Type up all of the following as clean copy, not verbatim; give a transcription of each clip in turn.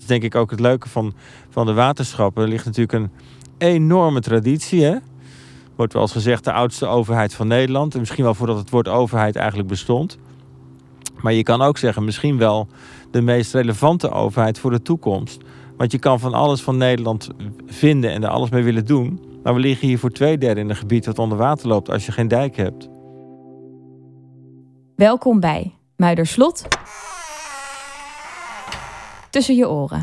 denk ik ook het leuke van de waterschappen. Er ligt natuurlijk een enorme traditie. Hè? Wordt wel eens gezegd de oudste overheid van Nederland. En misschien wel voordat het woord overheid eigenlijk bestond. Maar je kan ook zeggen misschien wel de meest relevante overheid voor de toekomst. Want je kan van alles van Nederland vinden en er alles mee willen doen. Maar we liggen hier voor 2/3 in een gebied dat onder water loopt als je geen dijk hebt. Welkom bij Muiderslot. Tussen je oren.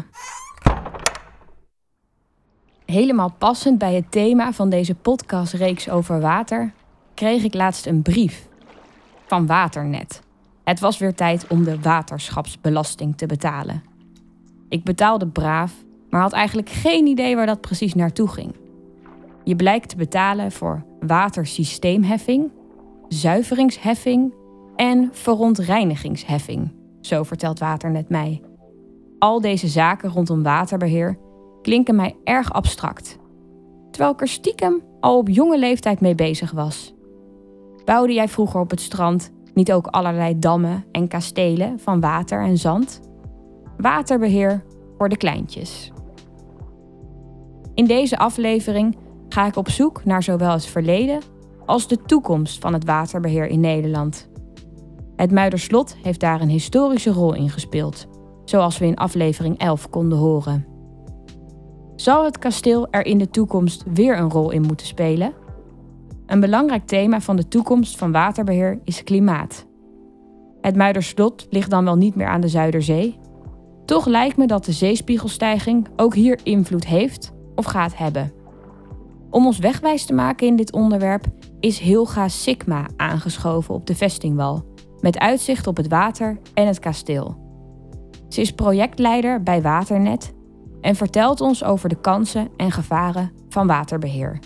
Helemaal passend bij het thema van deze podcastreeks over water kreeg ik laatst een brief van Waternet. Het was weer tijd om de waterschapsbelasting te betalen. Ik betaalde braaf, maar had eigenlijk geen idee waar dat precies naartoe ging. Je blijkt te betalen voor watersysteemheffing, zuiveringsheffing en verontreinigingsheffing, zo vertelt Waternet mij. Al deze zaken rondom waterbeheer klinken mij erg abstract, terwijl ik er stiekem al op jonge leeftijd mee bezig was. Bouwde jij vroeger op het strand niet ook allerlei dammen en kastelen van water en zand? Waterbeheer voor de kleintjes. In deze aflevering ga ik op zoek naar zowel het verleden als de toekomst van het waterbeheer in Nederland. Het Muiderslot heeft daar een historische rol in gespeeld, zoals we in aflevering 11 konden horen. Zal het kasteel er in de toekomst weer een rol in moeten spelen? Een belangrijk thema van de toekomst van waterbeheer is klimaat. Het Muiderslot ligt dan wel niet meer aan de Zuiderzee. Toch lijkt me dat de zeespiegelstijging ook hier invloed heeft of gaat hebben. Om ons wegwijs te maken in dit onderwerp is Hilga Sikma aangeschoven op de vestingwal, met uitzicht op het water en het kasteel. Ze is projectleider bij Waternet en vertelt ons over de kansen en gevaren van waterbeheer.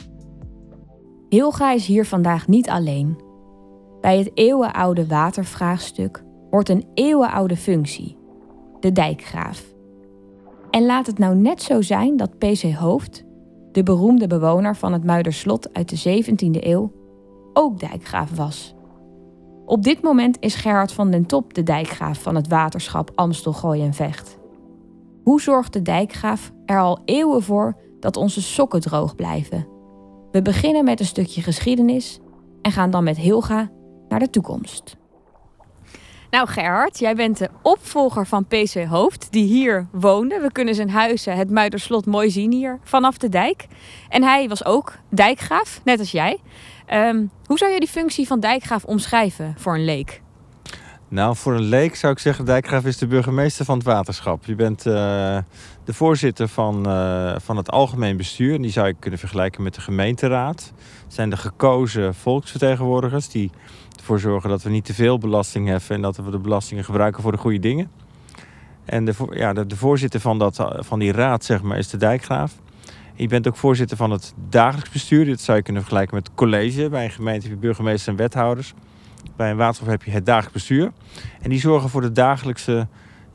Hilga is hier vandaag niet alleen. Bij het eeuwenoude watervraagstuk hoort een eeuwenoude functie, de dijkgraaf. En laat het nou net zo zijn dat P.C. Hooft, de beroemde bewoner van het Muiderslot uit de 17e eeuw, ook dijkgraaf was. Op dit moment is Gerard van den Top de dijkgraaf van het waterschap Amstel, Gooi en Vecht. Hoe zorgt de dijkgraaf er al eeuwen voor dat onze sokken droog blijven? We beginnen met een stukje geschiedenis en gaan dan met Hilga naar de toekomst. Nou Gerard, jij bent de opvolger van P.C. Hooft, die hier woonde. We kunnen zijn huis, het Muiderslot, mooi zien hier vanaf de dijk. En hij was ook dijkgraaf, net als jij. Hoe zou je die functie van dijkgraaf omschrijven voor een leek? Nou, voor een leek zou ik zeggen, dijkgraaf is de burgemeester van het waterschap. Je bent de voorzitter van het algemeen bestuur. En die zou je kunnen vergelijken met de gemeenteraad. Het zijn de gekozen volksvertegenwoordigers die ervoor zorgen dat we niet te veel belasting heffen en dat we de belastingen gebruiken voor de goede dingen. En de voorzitter van die raad, zeg maar, is de dijkgraaf. Je bent ook voorzitter van het dagelijks bestuur. Dit zou je kunnen vergelijken met het college. Bij een gemeente heb je burgemeester en wethouders. Bij een waterschap heb je het dagelijks bestuur. En die zorgen voor de dagelijkse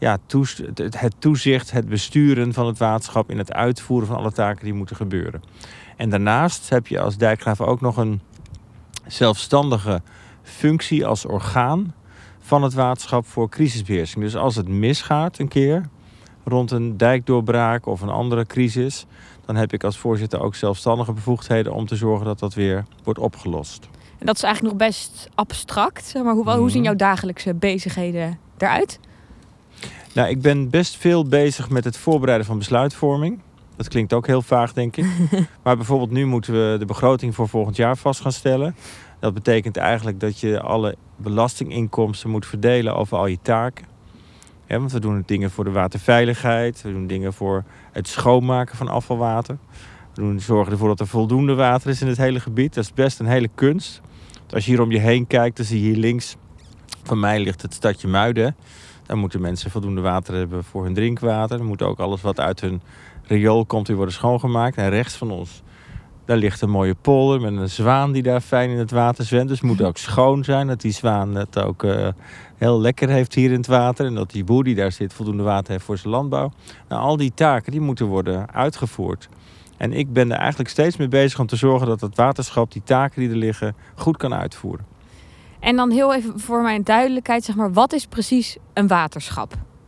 het toezicht, het besturen van het waterschap in het uitvoeren van alle taken die moeten gebeuren. En daarnaast heb je als dijkgraaf ook nog een zelfstandige functie als orgaan van het waterschap voor crisisbeheersing. Dus als het misgaat een keer rond een dijkdoorbraak of een andere crisis, dan heb ik als voorzitter ook zelfstandige bevoegdheden om te zorgen dat dat weer wordt opgelost. En dat is eigenlijk nog best abstract, maar hoe zien jouw dagelijkse bezigheden eruit? Nou, ik ben best veel bezig met het voorbereiden van besluitvorming. Dat klinkt ook heel vaag, denk ik. Maar bijvoorbeeld nu moeten we de begroting voor volgend jaar vast gaan stellen. Dat betekent eigenlijk dat je alle belastinginkomsten moet verdelen over al je taken. Ja, want we doen dingen voor de waterveiligheid. We doen dingen voor het schoonmaken van afvalwater. We zorgen ervoor dat er voldoende water is in het hele gebied. Dat is best een hele kunst. Want als je hier om je heen kijkt, dan zie je hier links van mij ligt het stadje Muiden. Daar moeten mensen voldoende water hebben voor hun drinkwater. Dan moet ook alles wat uit hun riool komt weer worden schoongemaakt. En rechts van ons, daar ligt een mooie polder met een zwaan die daar fijn in het water zwemt. Dus het moet ook schoon zijn, dat die zwaan het ook heel lekker heeft hier in het water. En dat die boer die daar zit voldoende water heeft voor zijn landbouw. Nou, al die taken die moeten worden uitgevoerd. En ik ben er eigenlijk steeds mee bezig om te zorgen dat het waterschap die taken die er liggen goed kan uitvoeren. En dan heel even voor mijn duidelijkheid, zeg maar, wat is precies een waterschap?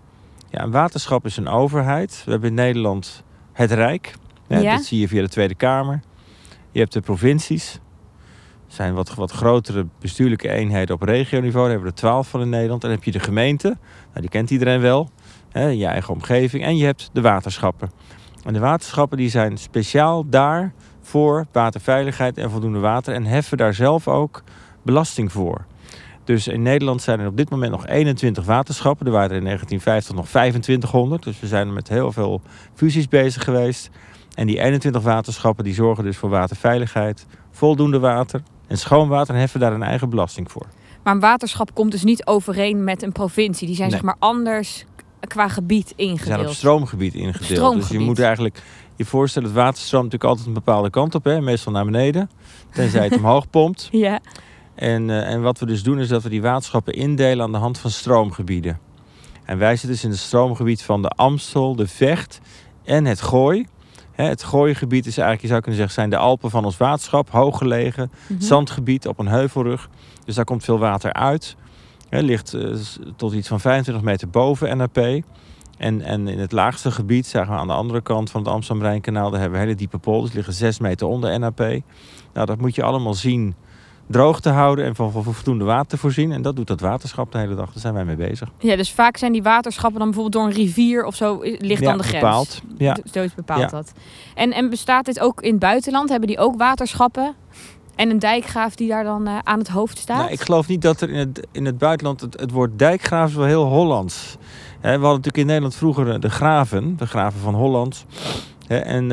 Ja, een waterschap is een overheid. We hebben in Nederland het Rijk. Ja. Dat zie je via de Tweede Kamer. Je hebt de provincies. Dat zijn wat grotere bestuurlijke eenheden op regioniveau. Daar hebben we er 12 van in Nederland. En dan heb je de gemeente. Nou, die kent iedereen wel. In je eigen omgeving. En je hebt de waterschappen. En de waterschappen die zijn speciaal daar voor waterveiligheid en voldoende water. En heffen daar zelf ook belasting voor. Dus in Nederland zijn er op dit moment nog 21 waterschappen. Er waren er in 1950 nog 2500. Dus we zijn er met heel veel fusies bezig geweest. En die 21 waterschappen die zorgen dus voor waterveiligheid, voldoende water en schoon water en heffen daar een eigen belasting voor. Maar een waterschap komt dus niet overeen met een provincie. Die zijn Nee. zeg maar anders qua gebied ingedeeld. Ze zijn op stroomgebied ingedeeld. Stroomgebied. Dus je moet eigenlijk je voorstellen, het water stroomt natuurlijk altijd een bepaalde kant op. Meestal naar beneden, tenzij het omhoog pompt. Ja. En wat we dus doen is dat we die waterschappen indelen aan de hand van stroomgebieden. En wij zitten dus in het stroomgebied van de Amstel, de Vecht en het Gooi. Het Gooigebied is eigenlijk, je zou kunnen zeggen, zijn de Alpen van ons waterschap. Hoog gelegen, zandgebied op een heuvelrug. Dus daar komt veel water uit. Ligt tot iets van 25 meter boven NAP. En in het laagste gebied, zagen we aan de andere kant van het Amsterdam-Rijnkanaal, daar hebben we hele diepe polders, liggen 6 meter onder NAP. Nou, dat moet je allemaal zien droog te houden en van voldoende water te voorzien. En dat doet dat waterschap de hele dag. Daar zijn wij mee bezig. Ja, dus vaak zijn die waterschappen dan bijvoorbeeld door een rivier of zo ligt dan de grens. Bepaald. Ja, Zoiets bepaalt dat. En bestaat dit ook in het buitenland? Hebben die ook waterschappen? En een dijkgraaf die daar dan aan het hoofd staat? Nou, ik geloof niet dat er in het buitenland het woord dijkgraaf is wel heel Hollands. We hadden natuurlijk in Nederland vroeger de graven van Holland. En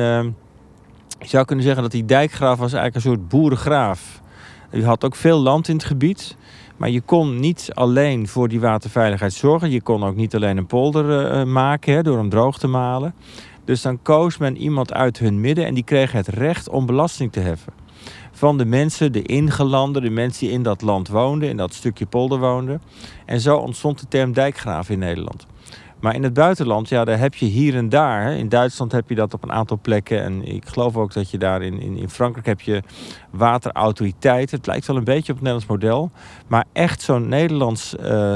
je zou kunnen zeggen dat die dijkgraaf was eigenlijk een soort boerengraaf. Je had ook veel land in het gebied. Maar je kon niet alleen voor die waterveiligheid zorgen. Je kon ook niet alleen een polder maken door hem droog te malen. Dus dan koos men iemand uit hun midden en die kreeg het recht om belasting te heffen. Van de mensen, de ingelanden, de mensen die in dat land woonden, in dat stukje polder woonden. En zo ontstond de term dijkgraaf in Nederland. Maar in het buitenland, ja, daar heb je hier en daar. In Duitsland heb je dat op een aantal plekken. En ik geloof ook dat je daar in Frankrijk heb je waterautoriteit. Het lijkt wel een beetje op het Nederlands model. Maar echt zo'n Nederlands,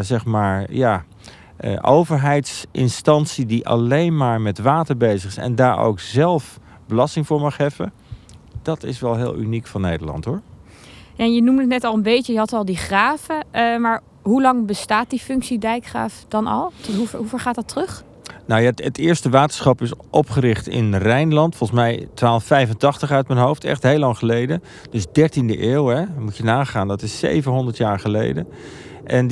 overheidsinstantie die alleen maar met water bezig is. En daar ook zelf belasting voor mag heffen. Dat is wel heel uniek van Nederland, hoor. Ja, je noemde het net al een beetje, je had al die graven. Maar hoe lang bestaat die functie dijkgraaf dan al? Tot hoe ver gaat dat terug? Nou ja, het eerste waterschap is opgericht in Rijnland. Volgens mij 1285 uit mijn hoofd. Echt heel lang geleden. Dus 13e eeuw, hè. Moet je nagaan. Dat is 700 jaar geleden. En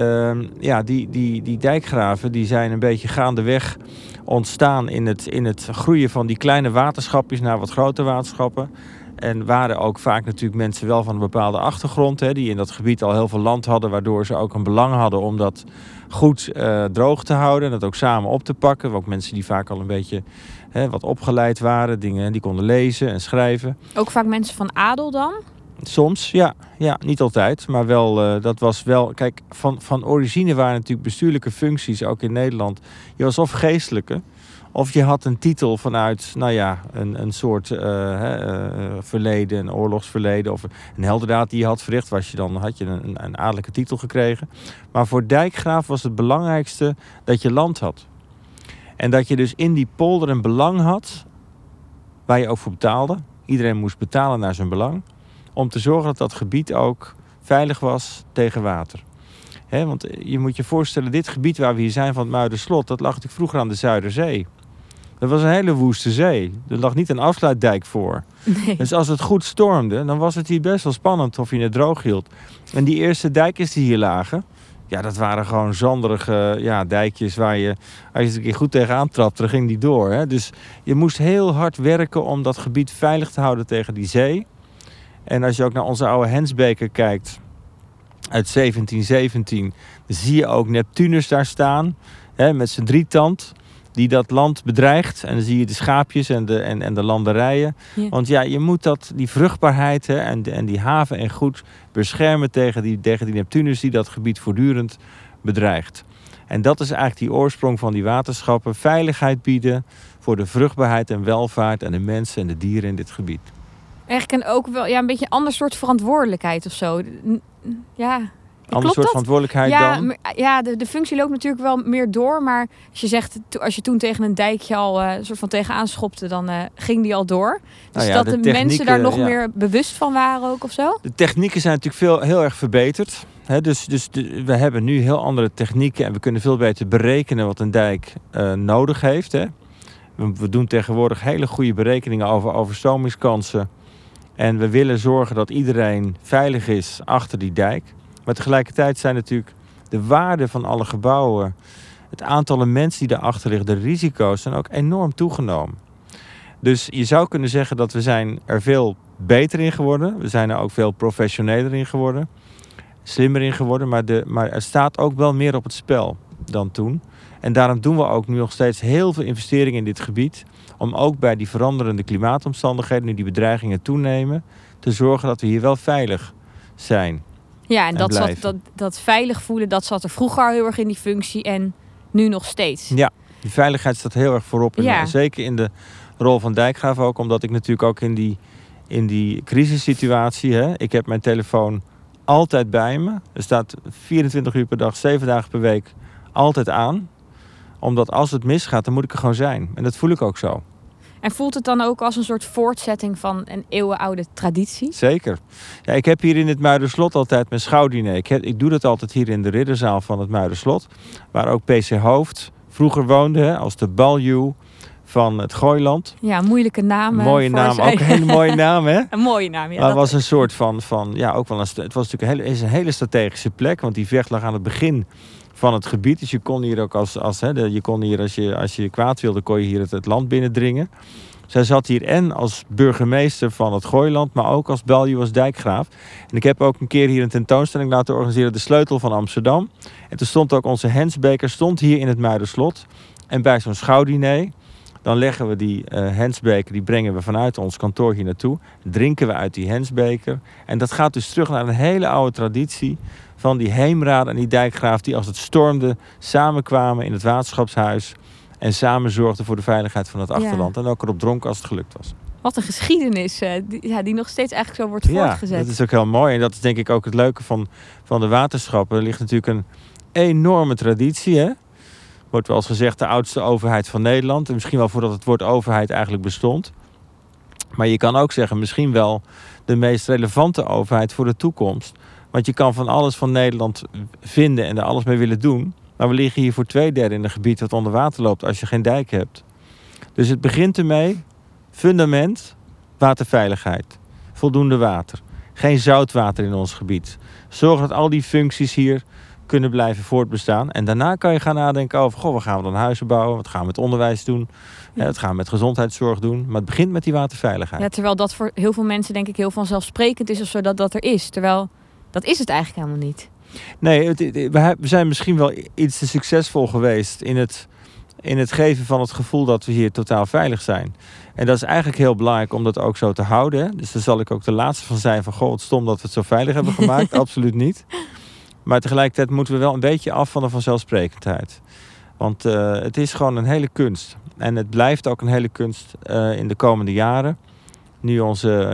die dijkgraven die zijn een beetje gaandeweg ontstaan in het groeien van die kleine waterschapjes naar wat grotere waterschappen. En waren ook vaak natuurlijk mensen wel van een bepaalde achtergrond, die in dat gebied al heel veel land hadden, waardoor ze ook een belang hadden om dat goed droog te houden en dat ook samen op te pakken. Ook mensen die vaak al een beetje wat opgeleid waren, dingen die konden lezen en schrijven. Ook vaak mensen van adel dan? Soms, ja, niet altijd, maar wel, dat was wel, kijk, van origine waren natuurlijk bestuurlijke functies, ook in Nederland. Je was of geestelijke, of je had een titel vanuit, een soort verleden, een oorlogsverleden, of een heldendaad die je had verricht, had je een adellijke titel gekregen. Maar voor dijkgraaf was het belangrijkste dat je land had. En dat je dus in die polder een belang had, waar je ook voor betaalde. Iedereen moest betalen naar zijn belang. Om te zorgen dat dat gebied ook veilig was tegen water. Want je moet je voorstellen, dit gebied waar we hier zijn van het Muiderslot, dat lag natuurlijk vroeger aan de Zuiderzee. Dat was een hele woeste zee. Er lag niet een afsluitdijk voor. Nee. Dus als het goed stormde, dan was het hier best wel spannend of je het droog hield. En die eerste dijkjes die hier lagen, ja, dat waren gewoon zanderige dijkjes waar je, als je het een keer goed tegenaan trapte, dan ging die door. Dus je moest heel hard werken om dat gebied veilig te houden tegen die zee. En als je ook naar onze oude Hensbeker kijkt, uit 1717, dan zie je ook Neptunus daar staan, met zijn drietand, die dat land bedreigt. En dan zie je de schaapjes en de landerijen. Ja. Want ja, je moet die vruchtbaarheid en die haven en goed beschermen tegen die Neptunus die dat gebied voortdurend bedreigt. En dat is eigenlijk die oorsprong van die waterschappen. Veiligheid bieden voor de vruchtbaarheid en welvaart en de mensen en de dieren in dit gebied. Eigenlijk ook wel een beetje een ander soort verantwoordelijkheid of zo. Ja. Ander soort verantwoordelijkheid dan? Ja, de functie loopt natuurlijk wel meer door. Maar als je zegt, als je toen tegen een dijkje al soort van tegenaan schopte, dan ging die al door. Dus dat de mensen daar nog meer bewust van waren ook of zo? De technieken zijn natuurlijk heel erg verbeterd. Dus we hebben nu heel andere technieken en we kunnen veel beter berekenen wat een dijk nodig heeft. We doen tegenwoordig hele goede berekeningen over overstromingskansen. En we willen zorgen dat iedereen veilig is achter die dijk. Maar tegelijkertijd zijn natuurlijk de waarden van alle gebouwen, het aantal mensen die daarachter liggen, de risico's zijn ook enorm toegenomen. Dus je zou kunnen zeggen dat we zijn er veel beter in geworden. We zijn er ook veel professioneler in geworden. Slimmer in geworden. Maar er staat ook wel meer op het spel dan toen. En daarom doen we ook nu nog steeds heel veel investeringen in dit gebied. Om ook bij die veranderende klimaatomstandigheden, nu die bedreigingen toenemen, te zorgen dat we hier wel veilig zijn. Ja, en dat veilig voelen, dat zat er vroeger al heel erg in die functie en nu nog steeds. Ja, die veiligheid staat heel erg voorop. En zeker in de rol van dijkgraaf ook, omdat ik natuurlijk ook in die crisissituatie, ik heb mijn telefoon altijd bij me. Er staat 24 uur per dag, 7 dagen per week altijd aan. Omdat als het misgaat, dan moet ik er gewoon zijn. En dat voel ik ook zo. En voelt het dan ook als een soort voortzetting van een eeuwenoude traditie? Zeker. Ja, ik heb hier in het Muiderslot altijd mijn schouwdiner. Ik doe dat altijd hier in de ridderzaal van het Muiderslot. Waar ook PC Hoofd vroeger woonde, als de baljuw van het Gooiland. Ja, moeilijke namen. Mooie naam, ook een hele mooie naam, hè? Een mooie naam, ja. Maar het was een soort van ook wel het was natuurlijk een hele strategische plek, want die vecht lag aan het begin van het gebied. Dus je kon hier ook als je kwaad wilde, kon je hier het land binnendringen. Zij zat hier en als burgemeester van het Gooiland, maar ook als baljuw, als dijkgraaf. En ik heb ook een keer hier een tentoonstelling laten organiseren, De Sleutel van Amsterdam. En toen stond ook onze hensbeker hier in het Muiderslot. En bij zo'n schouwdiner, dan leggen we die hensbeker, die brengen we vanuit ons kantoor hier naartoe. Drinken we uit die hensbeker. En dat gaat dus terug naar een hele oude traditie van die heemraden en die dijkgraaf die als het stormde samenkwamen in het waterschapshuis en samen zorgden voor de veiligheid van het achterland. En ook erop dronken als het gelukt was. Wat een geschiedenis die nog steeds eigenlijk zo wordt voortgezet. Ja, dat is ook heel mooi. En dat is denk ik ook het leuke van de waterschappen. Er ligt natuurlijk een enorme traditie, hè? Wordt wel eens gezegd de oudste overheid van Nederland. En misschien wel voordat het woord overheid eigenlijk bestond. Maar je kan ook zeggen misschien wel de meest relevante overheid voor de toekomst. Want je kan van alles van Nederland vinden en er alles mee willen doen. Maar we liggen hier voor 2/3 in een gebied dat onder water loopt als je geen dijk hebt. Dus het begint ermee, fundament, waterveiligheid. Voldoende water. Geen zoutwater in ons gebied. Zorg dat al die functies hier kunnen blijven voortbestaan. En daarna kan je gaan nadenken over, wat gaan we dan huizen bouwen? Wat gaan we met onderwijs doen? Wat gaan we met gezondheidszorg doen? Maar het begint met die waterveiligheid. Ja, terwijl dat voor heel veel mensen denk ik heel vanzelfsprekend is of zo dat er is. Terwijl dat is het eigenlijk helemaal niet. Nee, we zijn misschien wel iets te succesvol geweest in het geven van het gevoel dat we hier totaal veilig zijn. En dat is eigenlijk heel belangrijk om dat ook zo te houden. Hè? Dus daar zal ik ook de laatste van zijn van, wat stom dat we het zo veilig hebben gemaakt. Absoluut niet. Maar tegelijkertijd moeten we wel een beetje af van de vanzelfsprekendheid. Want het is gewoon een hele kunst. En het blijft ook een hele kunst in de komende jaren. Nu onze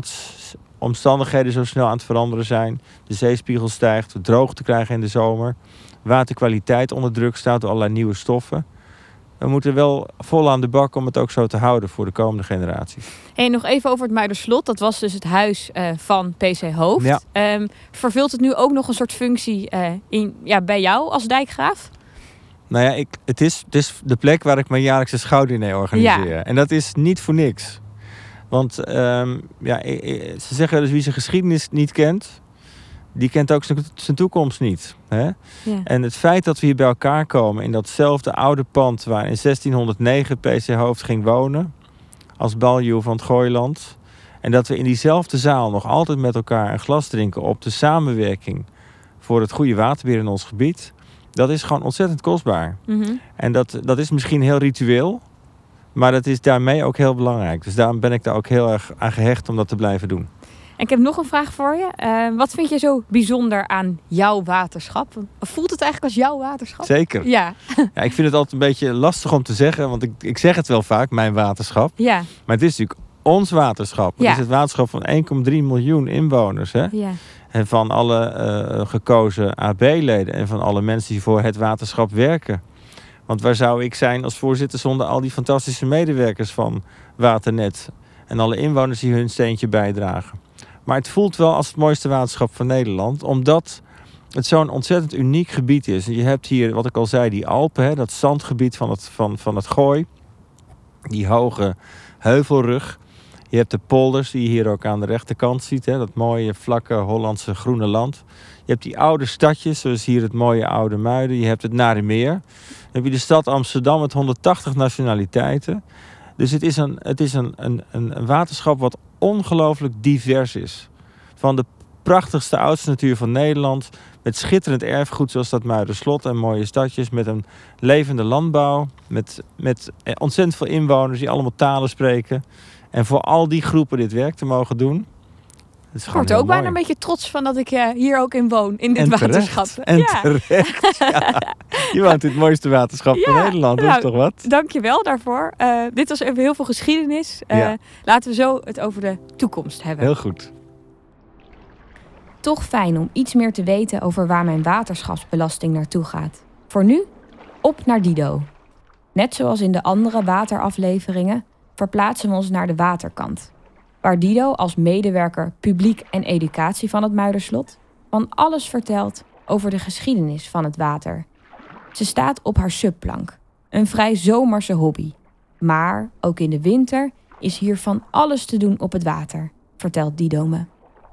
klimaatomstandigheden zo snel aan het veranderen zijn. De zeespiegel stijgt, we droogte krijgen in de zomer. Waterkwaliteit onder druk staat door allerlei nieuwe stoffen. We moeten wel vol aan de bak om het ook zo te houden voor de komende generaties. En nog even over het Muiderslot. Dat was dus het huis van PC Hoofd. Ja. Vervult het nu ook nog een soort functie bij jou als dijkgraaf? Nou ja, het is de plek waar ik mijn jaarlijkse schouwdiner organiseer. Ja. En dat is niet voor niks. Want ze zeggen dus wie zijn geschiedenis niet kent, die kent ook zijn toekomst niet. Hè? Ja. En het feit dat we hier bij elkaar komen in datzelfde oude pand waar in 1609 PC Hoofd ging wonen, als baljuw van het Gooiland, en dat we in diezelfde zaal nog altijd met elkaar een glas drinken op de samenwerking voor het goede waterbeheer in ons gebied, dat is gewoon ontzettend kostbaar. Mm-hmm. En dat is misschien heel ritueel, maar dat is daarmee ook heel belangrijk. Dus daarom ben ik daar ook heel erg aan gehecht om dat te blijven doen. En ik heb nog een vraag voor je. Wat vind je zo bijzonder aan jouw waterschap? Voelt het eigenlijk als jouw waterschap? Zeker. Ja. Ja, ik vind het altijd een beetje lastig om te zeggen, want ik zeg het wel vaak, mijn waterschap. Ja. Maar het is natuurlijk ons waterschap. Ja. Het is het waterschap van 1,3 miljoen inwoners. Hè? Ja. En van alle gekozen AB-leden en van alle mensen die voor het waterschap werken. Want waar zou ik zijn als voorzitter zonder al die fantastische medewerkers van Waternet en alle inwoners die hun steentje bijdragen. Maar het voelt wel als het mooiste waterschap van Nederland, omdat het zo'n ontzettend uniek gebied is. En je hebt hier, wat ik al zei, die Alpen, hè, dat zandgebied van het Gooi, die hoge heuvelrug. Je hebt de polders die je hier ook aan de rechterkant ziet, hè, dat mooie vlakke Hollandse groene land. Je hebt die oude stadjes, zoals hier het mooie Oude Muiden. Je hebt het Narimeer. Dan heb je de stad Amsterdam met 180 nationaliteiten. Dus het is een waterschap wat ongelooflijk divers is. Van de prachtigste oudste natuur van Nederland, met schitterend erfgoed zoals dat Muiderslot en mooie stadjes, met een levende landbouw, met ontzettend veel inwoners die allemaal talen spreken. En voor al die groepen dit werk te mogen doen. Ik word er ook bijna een beetje trots van dat ik hier ook in woon, in dit waterschap. Terecht. Ja. Je woont in het mooiste waterschap van Nederland, dat is toch wat? Dank je wel daarvoor. Dit was even heel veel geschiedenis. Laten we zo het over de toekomst hebben. Heel goed. Toch fijn om iets meer te weten over waar mijn waterschapsbelasting naartoe gaat. Voor nu, op naar Dido. Net zoals in de andere waterafleveringen verplaatsen we ons naar de waterkant, waar Dido als medewerker publiek en educatie van het Muiderslot van alles vertelt over de geschiedenis van het water. Ze staat op haar subplank, een vrij zomerse hobby. Maar ook in de winter is hier van alles te doen op het water, vertelt Dido me.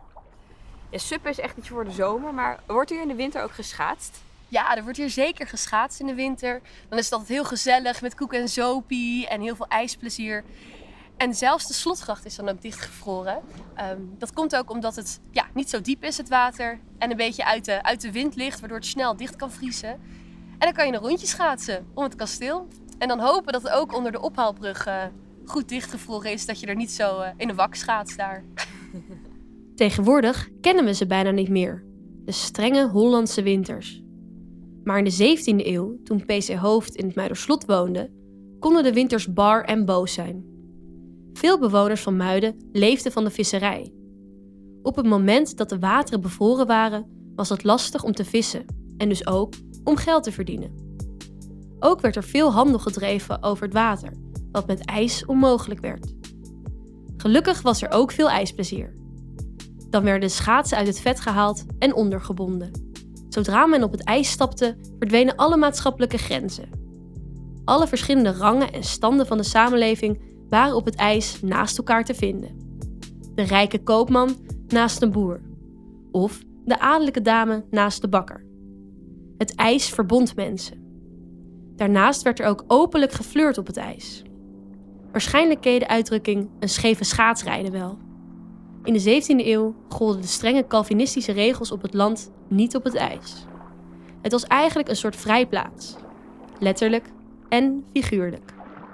Ja, suppen is echt iets voor de zomer, maar wordt hier in de winter ook geschaatst? Ja, er wordt hier zeker geschaatst in de winter. Dan is het altijd heel gezellig met koek en zopie en heel veel ijsplezier. En zelfs de slotgracht is dan ook dichtgevroren. Dat komt ook omdat het niet zo diep is, het water. En een beetje uit de wind ligt, waardoor het snel dicht kan vriezen. En dan kan je een rondje schaatsen om het kasteel. En dan hopen dat het ook onder de ophaalbrug goed dichtgevroren is. Dat je er niet zo in de wak schaatst daar. Tegenwoordig kennen we ze bijna niet meer. De strenge Hollandse winters. Maar in de 17e eeuw, toen P.C. Hooft in het Muiderslot woonde, konden de winters bar en boos zijn. Veel bewoners van Muiden leefden van de visserij. Op het moment dat de wateren bevroren waren, was het lastig om te vissen en dus ook om geld te verdienen. Ook werd er veel handel gedreven over het water, wat met ijs onmogelijk werd. Gelukkig was er ook veel ijsplezier. Dan werden de schaatsen uit het vet gehaald en ondergebonden. Zodra men op het ijs stapte, verdwenen alle maatschappelijke grenzen. Alle verschillende rangen en standen van de samenleving waren op het ijs naast elkaar te vinden. De rijke koopman naast een boer. Of de adellijke dame naast de bakker. Het ijs verbond mensen. Daarnaast werd er ook openlijk geflirt op het ijs. Waarschijnlijk ken je de uitdrukking een scheve schaatsrijden wel. In de 17e eeuw golden de strenge Calvinistische regels op het land niet op het ijs. Het was eigenlijk een soort vrijplaats. Letterlijk en figuurlijk.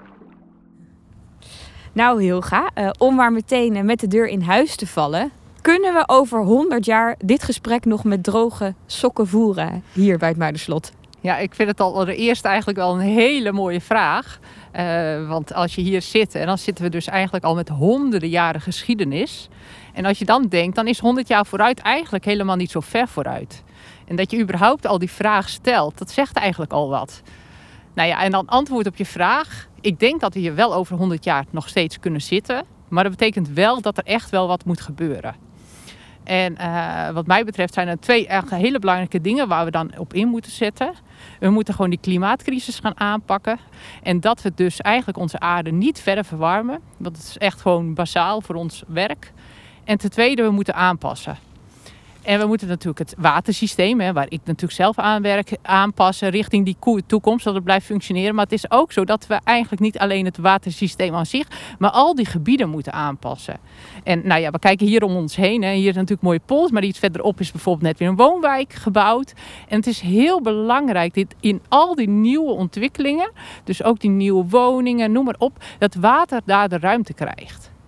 Nou Hilga, om maar meteen met de deur in huis te vallen, kunnen we over 100 jaar dit gesprek nog met droge sokken voeren hier bij het Muiderslot? Ja, ik vind het allereerst eigenlijk wel een hele mooie vraag. Want als je hier zit, en dan zitten we dus eigenlijk al met honderden jaren geschiedenis. En als je dan denkt, dan is 100 jaar vooruit eigenlijk helemaal niet zo ver vooruit. En dat je überhaupt al die vraag stelt, dat zegt eigenlijk al wat. Nou ja, en dan antwoord op je vraag. Ik denk dat we hier wel over 100 jaar nog steeds kunnen zitten. Maar dat betekent wel dat er echt wel wat moet gebeuren. En wat mij betreft zijn er 2 echt hele belangrijke dingen waar we dan op in moeten zetten. We moeten gewoon die klimaatcrisis gaan aanpakken. En dat we dus eigenlijk onze aarde niet verder verwarmen. Dat is echt gewoon basaal voor ons werk. En ten tweede, we moeten aanpassen. En we moeten natuurlijk het watersysteem, waar ik natuurlijk zelf aan werk, aanpassen richting die toekomst, dat het blijft functioneren. Maar het is ook zo dat we eigenlijk niet alleen het watersysteem aan zich, maar al die gebieden moeten aanpassen. En nou ja, we kijken hier om ons heen. Hier is natuurlijk mooie pols, maar iets verderop is bijvoorbeeld net weer een woonwijk gebouwd. En het is heel belangrijk dit in al die nieuwe ontwikkelingen, dus ook die nieuwe woningen, noem maar op, dat water daar de ruimte krijgt.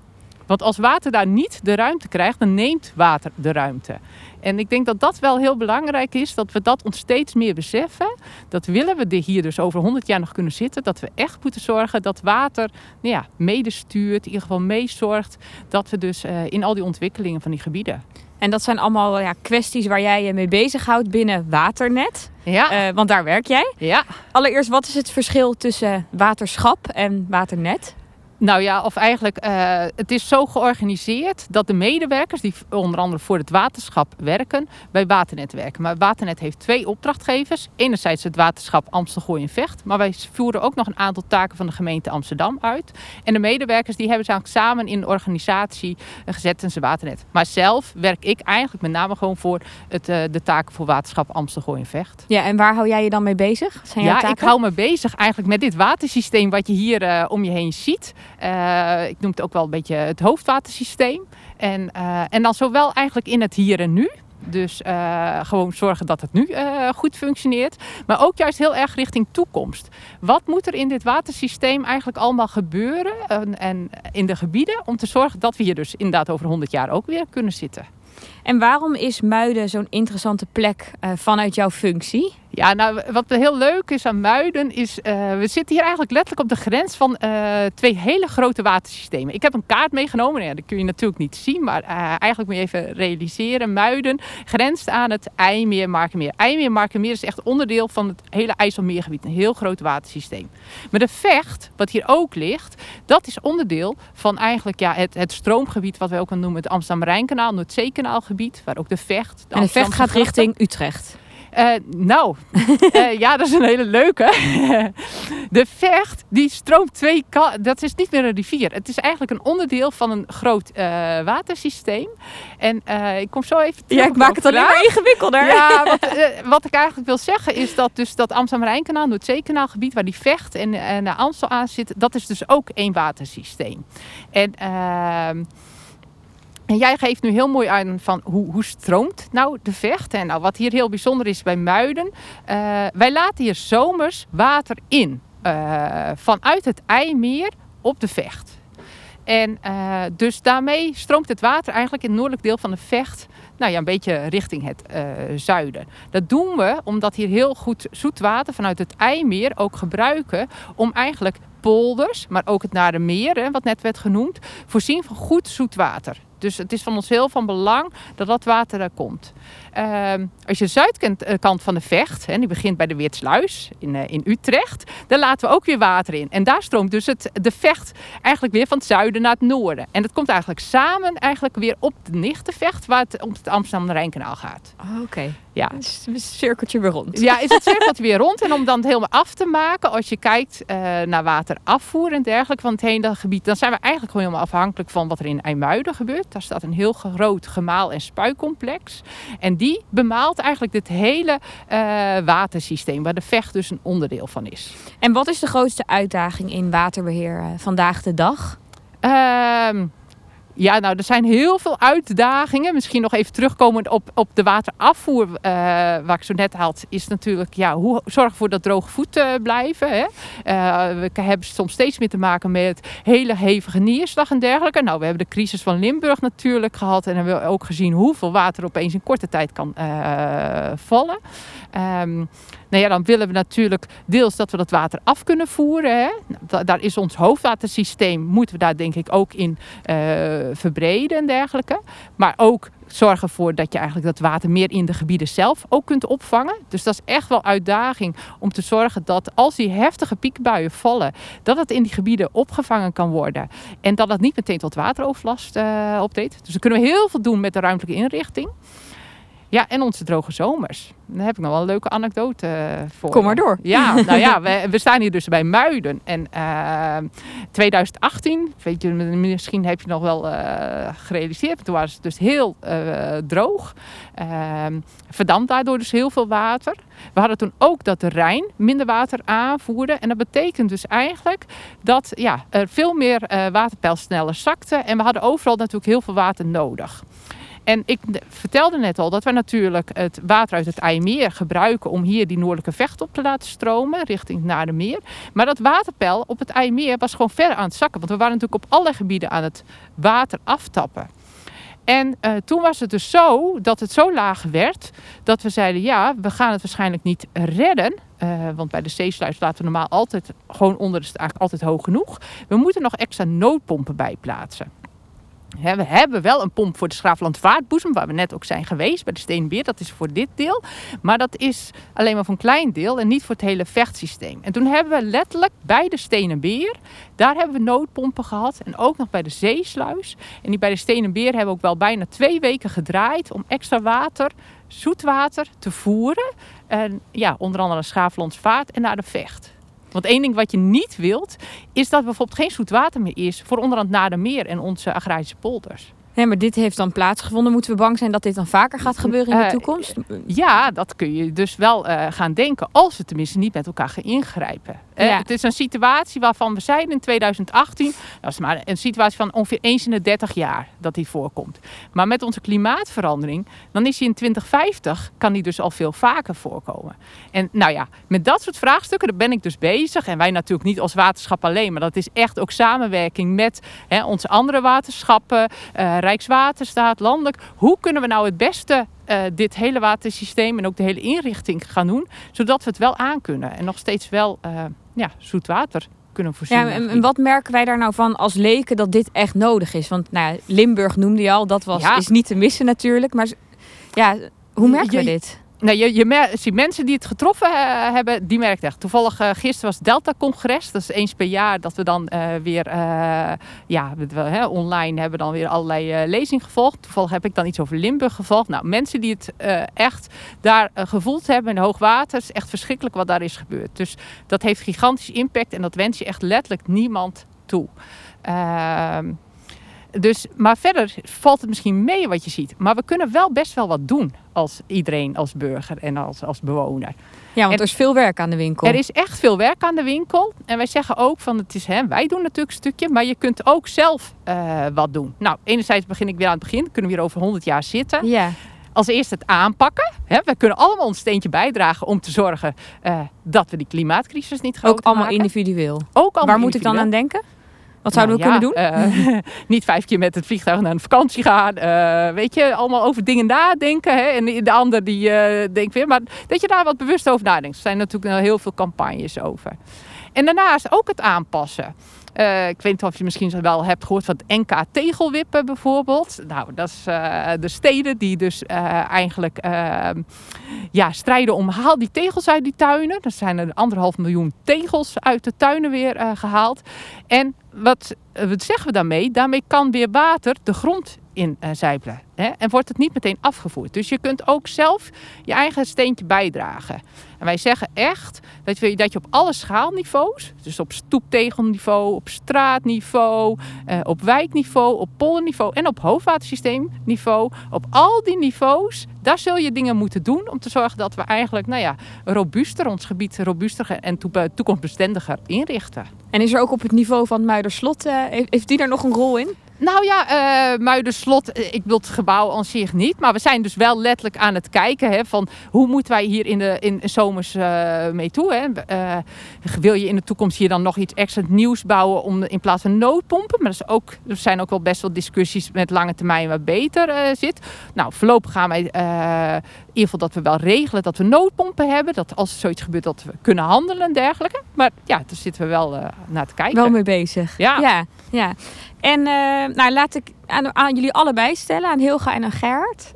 Want als water daar niet de ruimte krijgt, dan neemt water de ruimte. En ik denk dat dat wel heel belangrijk is, dat we dat ons steeds meer beseffen. Dat willen we hier dus over 100 jaar nog kunnen zitten. Dat we echt moeten zorgen dat water medestuurt, in ieder geval meezorgt. Dat we dus in al die ontwikkelingen van die gebieden. En dat zijn allemaal kwesties waar jij je mee bezighoudt binnen Waternet. Ja. Want daar werk jij. Ja. Allereerst, wat is het verschil tussen waterschap en Waternet? Nou ja, of eigenlijk, het is zo georganiseerd dat de medewerkers die onder andere voor het waterschap werken, bij Waternet werken. Maar Waternet heeft 2 opdrachtgevers. Enerzijds het waterschap Amstelgooi en Vecht. Maar wij voeren ook nog een aantal taken van de gemeente Amsterdam uit. En de medewerkers die hebben ze eigenlijk samen in een organisatie gezet in zijn Waternet. Maar zelf werk ik eigenlijk met name gewoon voor de taken voor waterschap Amstelgooi en Vecht. Ja, en waar hou jij je dan mee bezig? Zijn jouw taken? Ik hou me bezig eigenlijk met dit watersysteem wat je hier om je heen ziet. Ik noem het ook wel een beetje het hoofdwatersysteem. En dan zowel eigenlijk in het hier en nu. Dus gewoon zorgen dat het nu goed functioneert. Maar ook juist heel erg richting toekomst. Wat moet er in dit watersysteem eigenlijk allemaal gebeuren en in de gebieden om te zorgen dat we hier dus inderdaad over 100 jaar ook weer kunnen zitten. En waarom is Muiden zo'n interessante plek vanuit jouw functie? Ja, nou, wat heel leuk is aan Muiden is, we zitten hier eigenlijk letterlijk op de grens van 2 hele grote watersystemen. Ik heb een kaart meegenomen, dat kun je natuurlijk niet zien, maar eigenlijk moet je even realiseren. Muiden grenst aan het IJmeer-Markermeer. IJmeer-Markermeer is echt onderdeel van het hele IJsselmeergebied, een heel groot watersysteem. Maar de Vecht, wat hier ook ligt, dat is onderdeel van eigenlijk het stroomgebied wat wij ook noemen het Amsterdam-Rijnkanaal, Noordzeekanaalgebied, waar ook de Vecht... En de Vecht gaat richting Utrecht. Ja, dat is een hele leuke. De Vecht, die stroomt 2 kanten. Dat is niet meer een rivier. Het is eigenlijk een onderdeel van een groot watersysteem. En ik kom zo even terug. Ja, ik maak het alleen maar ingewikkelder. Ja, wat ik eigenlijk wil zeggen is dat dus dat Amsterdam-Rijnkanaal, Noordzeekanaalgebied, waar die Vecht en de Amstel aan zit, dat is dus ook 1 watersysteem. En jij geeft nu heel mooi aan van hoe stroomt nou de Vecht. En nou, wat hier heel bijzonder is bij Muiden. Wij laten hier zomers water in. Vanuit het IJmeer op de Vecht. En dus daarmee stroomt het water eigenlijk in het noordelijk deel van de Vecht een beetje richting het zuiden. Dat doen we omdat hier heel goed zoetwater vanuit het IJmeer ook gebruiken om eigenlijk polders, maar ook het Narenmeer, wat net werd genoemd, voorzien van goed zoetwater. Dus het is van ons heel van belang dat dat water daar komt. Als je de zuidkant van de Vecht, die begint bij de Weertsluis in Utrecht, daar laten we ook weer water in. En daar stroomt dus de Vecht eigenlijk weer van het zuiden naar het noorden. En dat komt eigenlijk samen weer op de Nichtenvecht, waar het om het Amsterdam-Rijnkanaal gaat. Oké. Ja. Dus het cirkeltje weer rond. Ja, is het cirkeltje weer rond. En om dan het helemaal af te maken, als je kijkt naar waterafvoer en dergelijke van het hele gebied, dan zijn we eigenlijk gewoon helemaal afhankelijk van wat er in IJmuiden gebeurt. Daar staat een heel groot gemaal- en spuicomplex. En die bemaalt eigenlijk dit hele watersysteem, waar de Vecht dus een onderdeel van is. En wat is de grootste uitdaging in waterbeheer vandaag de dag? Ja, nou, er zijn heel veel uitdagingen. Misschien nog even terugkomend op de waterafvoer, waar ik zo net had, is natuurlijk, hoe zorgen we ervoor dat droge voeten blijven. Hè? We hebben soms steeds meer te maken met hele hevige neerslag en dergelijke. Nou, we hebben de crisis van Limburg natuurlijk gehad en hebben we ook gezien hoeveel water opeens in korte tijd kan vallen. Dan willen we natuurlijk deels dat we dat water af kunnen voeren. Hè? Daar is ons hoofdwatersysteem, moeten we daar denk ik ook in verbreden en dergelijke. Maar ook zorgen ervoor dat je eigenlijk dat water meer in de gebieden zelf ook kunt opvangen. Dus dat is echt wel uitdaging om te zorgen dat als die heftige piekbuien vallen, dat het in die gebieden opgevangen kan worden. En dat het niet meteen tot wateroverlast optreedt. Dus dan kunnen we heel veel doen met de ruimtelijke inrichting. Ja, en onze droge zomers. Daar heb ik nog wel een leuke anekdote voor. Kom maar door. Ja, we staan hier dus bij Muiden. En 2018, weet je, misschien heb je nog wel gerealiseerd. Toen was het dus heel droog. Verdampt daardoor dus heel veel water. We hadden toen ook dat de Rijn minder water aanvoerde. En dat betekent dus eigenlijk dat er veel meer waterpeil sneller zakte. En we hadden overal natuurlijk heel veel water nodig. En ik vertelde net al dat we natuurlijk het water uit het IJmeer gebruiken om hier die noordelijke Vecht op te laten stromen richting het Naardermeer. Maar dat waterpeil op het IJmeer was gewoon ver aan het zakken. Want we waren natuurlijk op alle gebieden aan het water aftappen. En toen was het dus zo dat het zo laag werd dat we zeiden, ja, we gaan het waarschijnlijk niet redden. Want bij de zeesluis laten we normaal altijd gewoon onder, is het eigenlijk altijd hoog genoeg. We moeten nog extra noodpompen bij plaatsen. We hebben wel een pomp voor de Schraaflandvaartboezem, waar we net ook zijn geweest, bij de Steenenbeer. Dat is voor dit deel. Maar dat is alleen maar voor een klein deel en niet voor het hele vechtsysteem. En toen hebben we letterlijk bij de Steenenbeer, daar hebben we noodpompen gehad. En ook nog bij de zeesluis. En die bij de Steenenbeer hebben we ook wel bijna 2 weken gedraaid om extra water, zoetwater te voeren. En ja, onder andere naar Schraaflandsvaart en naar de Vecht. Want één ding wat je niet wilt, is dat er bijvoorbeeld geen zoet water meer is voor onder andere het Naardermeer en onze agrarische polders. Nee, maar dit heeft dan plaatsgevonden. Moeten we bang zijn dat dit dan vaker gaat gebeuren in de toekomst? Ja, dat kun je dus wel gaan denken als we tenminste niet met elkaar gaan ingrijpen. Ja. Het is een situatie waarvan we zeiden in 2018, dat is maar een situatie van ongeveer eens in de 30 jaar dat die voorkomt. Maar met onze klimaatverandering, dan is die in 2050, kan die dus al veel vaker voorkomen. En nou ja, met dat soort vraagstukken, daar ben ik dus bezig. En wij natuurlijk niet als waterschap alleen, maar dat is echt ook samenwerking met onze andere waterschappen, Rijkswaterstaat, landelijk. Hoe kunnen we nou het beste dit hele watersysteem en ook de hele inrichting gaan doen, zodat we het wel aankunnen en nog steeds wel zoet water kunnen voorzien. Ja, en wat merken wij daar nou van als leken dat dit echt nodig is? Want Limburg noemde je al, dat is niet te missen natuurlijk. Maar ja, hoe merken we dit? Nou, je ziet mensen die het getroffen hebben, die merkt echt. Toevallig gisteren was het Delta-congres. Dat is eens per jaar dat we dan weer online hebben dan weer allerlei lezingen gevolgd. Toevallig heb ik dan iets over Limburg gevolgd. Nou, mensen die het echt daar gevoeld hebben in hoogwater, is echt verschrikkelijk wat daar is gebeurd. Dus dat heeft gigantisch impact en dat wens je echt letterlijk niemand toe. Maar verder valt het misschien mee wat je ziet. Maar we kunnen wel best wel wat doen als iedereen, als burger en als bewoner. Ja, want er is veel werk aan de winkel. Er is echt veel werk aan de winkel. En wij zeggen ook van het is, wij doen natuurlijk een stukje, maar je kunt ook zelf wat doen. Nou, enerzijds begin ik weer aan het begin. Kunnen we hier over 100 jaar zitten. Ja. Als eerste het aanpakken. We kunnen allemaal ons steentje bijdragen om te zorgen dat we die klimaatcrisis niet groter maken. Ook allemaal individueel. Waar moet ik dan aan denken? Wat zouden we kunnen doen? Niet 5 keer met het vliegtuig naar een vakantie gaan. Allemaal over dingen nadenken. En de ander die denkt weer. Maar dat je daar wat bewust over nadenkt. Er zijn natuurlijk heel veel campagnes over. En daarnaast ook het aanpassen. Ik weet niet of je misschien wel hebt gehoord van het NK tegelwippen bijvoorbeeld. Nou, dat is de steden die dus eigenlijk strijden om haal die tegels uit die tuinen. Er zijn er 1,5 miljoen tegels uit de tuinen weer gehaald. En wat zeggen we daarmee? Daarmee kan weer water de grond in zijpelen. En wordt het niet meteen afgevoerd. Dus je kunt ook zelf je eigen steentje bijdragen. En wij zeggen echt dat je op alle schaalniveaus, dus op stoeptegelniveau, op straatniveau, op wijkniveau, op polderniveau en op hoofdwatersysteemniveau, op al die niveaus, daar zul je dingen moeten doen om te zorgen dat we eigenlijk ons gebied robuuster en toekomstbestendiger inrichten. En is er ook op het niveau van het Muiderslot, heeft die daar nog een rol in? Nou ja, Muiderslot, ik bedoel het gebouw aan zich niet. Maar we zijn dus wel letterlijk aan het kijken van hoe moeten wij hier in zomers mee toe. Wil je in de toekomst hier dan nog iets extra nieuws bouwen in plaats van noodpompen? Maar er zijn ook wel best wel discussies met lange termijn wat beter zit. Nou, voorlopig gaan wij in ieder geval dat we wel regelen dat we noodpompen hebben. Dat als er zoiets gebeurt dat we kunnen handelen en dergelijke. Maar ja, daar zitten we wel naar te kijken. Wel mee bezig. Ja. En laat ik aan jullie allebei stellen, aan Hilga en aan Gerard.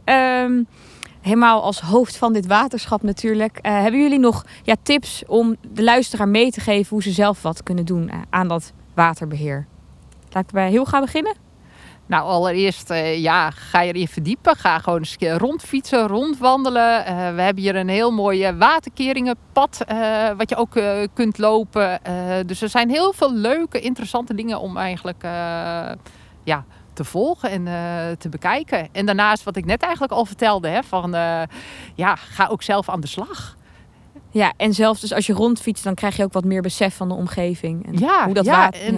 Helemaal als hoofd van dit waterschap natuurlijk. Hebben jullie nog tips om de luisteraar mee te geven hoe ze zelf wat kunnen doen aan dat waterbeheer? Laat ik bij Hilga beginnen. Nou, allereerst ga je erin verdiepen. Ga gewoon eens rondfietsen, rondwandelen. We hebben hier een heel mooi waterkeringenpad wat je ook kunt lopen. Dus er zijn heel veel leuke, interessante dingen om eigenlijk te volgen en te bekijken. En daarnaast wat ik net eigenlijk al vertelde, ga ook zelf aan de slag. Ja, en zelfs dus als je rondfietst, dan krijg je ook wat meer besef van de omgeving. En hoe dat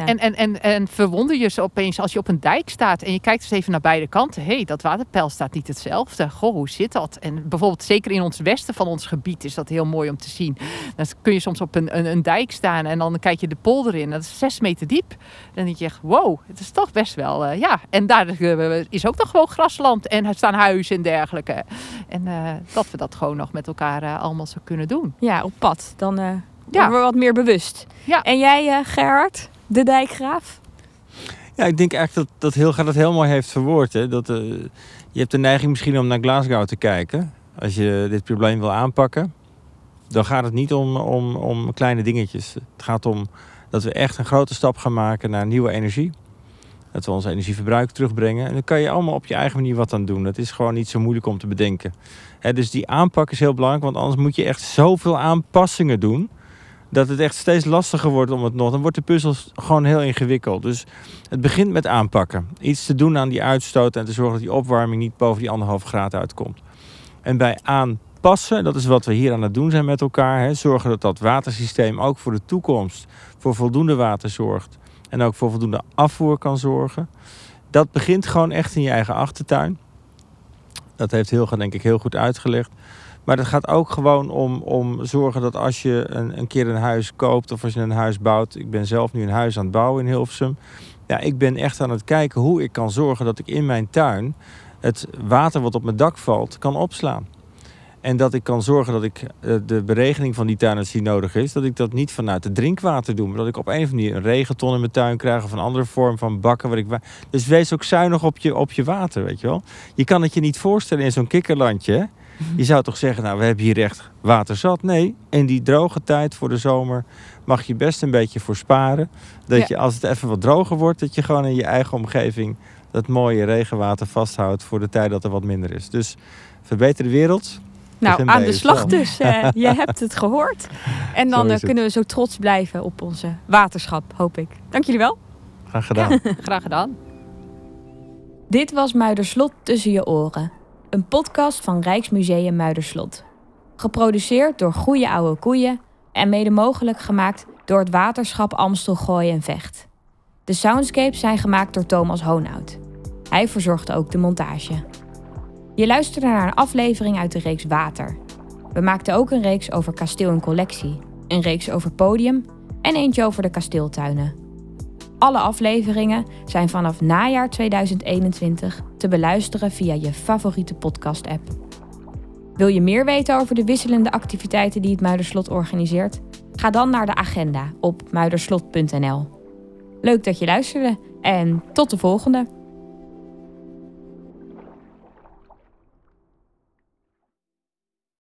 en verwonder je ze opeens als je op een dijk staat en je kijkt eens even naar beide kanten. Hé, dat waterpeil staat niet hetzelfde. Goh, hoe zit dat? En bijvoorbeeld zeker in ons westen van ons gebied is dat heel mooi om te zien. Dan kun je soms op een dijk staan en dan kijk je de polder in. Dat is 6 meter diep. Dan denk je echt, wow, het is toch best wel, En daar is ook nog gewoon grasland en er staan huizen en dergelijke. En dat we dat gewoon nog met elkaar allemaal zo kunnen doen. Ja, op pad. Dan worden we wat meer bewust. Ja. En jij, Gerard, de dijkgraaf? Ja, ik denk eigenlijk dat Hilga dat heel mooi heeft verwoord. Hè? Je hebt de neiging misschien om naar Glasgow te kijken. Als je dit probleem wil aanpakken. Dan gaat het niet om kleine dingetjes. Het gaat om dat we echt een grote stap gaan maken naar nieuwe energie. Dat we ons energieverbruik terugbrengen. En dan kan je allemaal op je eigen manier wat aan doen. Dat is gewoon niet zo moeilijk om te bedenken. Dus die aanpak is heel belangrijk. Want anders moet je echt zoveel aanpassingen doen. Dat het echt steeds lastiger wordt om het nog. Dan wordt de puzzel gewoon heel ingewikkeld. Dus het begint met aanpakken. Iets te doen aan die uitstoot. En te zorgen dat die opwarming niet boven die 1,5 graden uitkomt. En bij aanpassen, dat is wat we hier aan het doen zijn met elkaar. Zorgen dat dat watersysteem ook voor de toekomst voor voldoende water zorgt. En ook voor voldoende afvoer kan zorgen. Dat begint gewoon echt in je eigen achtertuin. Dat heeft Hilga denk ik heel goed uitgelegd. Maar het gaat ook gewoon om zorgen dat als je een keer een huis koopt of als je een huis bouwt. Ik ben zelf nu een huis aan het bouwen in Hilversum. Ja, ik ben echt aan het kijken hoe ik kan zorgen dat ik in mijn tuin het water wat op mijn dak valt kan opslaan. En dat ik kan zorgen dat ik de beregening van die tuin als die nodig is. Dat ik dat niet vanuit het drinkwater doe. Maar dat ik op een of andere manier een regenton in mijn tuin krijg. Of een andere vorm van bakken. Dus wees ook zuinig op je water, weet je wel. Je kan het je niet voorstellen in zo'n kikkerlandje. Hè? Je zou toch zeggen, nou we hebben hier echt water zat. Nee, in die droge tijd voor de zomer mag je best een beetje voor sparen. Dat je als het even wat droger wordt. Dat je gewoon in je eigen omgeving dat mooie regenwater vasthoudt. Voor de tijd dat er wat minder is. Dus verbeter de wereld. Nou, aan de slag dus. Je hebt het gehoord. En dan kunnen we zo trots blijven op onze waterschap, hoop ik. Dank jullie wel. Graag gedaan. Graag gedaan. Dit was Muiderslot tussen je oren. Een podcast van Rijksmuseum Muiderslot. Geproduceerd door Goeie Oude Koeien en mede mogelijk gemaakt door het waterschap Amstel Gooi en Vecht. De soundscapes zijn gemaakt door Thomas Hoonhout. Hij verzorgde ook de montage. Je luisterde naar een aflevering uit de reeks Water. We maakten ook een reeks over kasteel en collectie, een reeks over podium en eentje over de kasteeltuinen. Alle afleveringen zijn vanaf najaar 2021 te beluisteren via je favoriete podcast-app. Wil je meer weten over de wisselende activiteiten die het Muiderslot organiseert? Ga dan naar de agenda op muiderslot.nl. Leuk dat je luisterde en tot de volgende!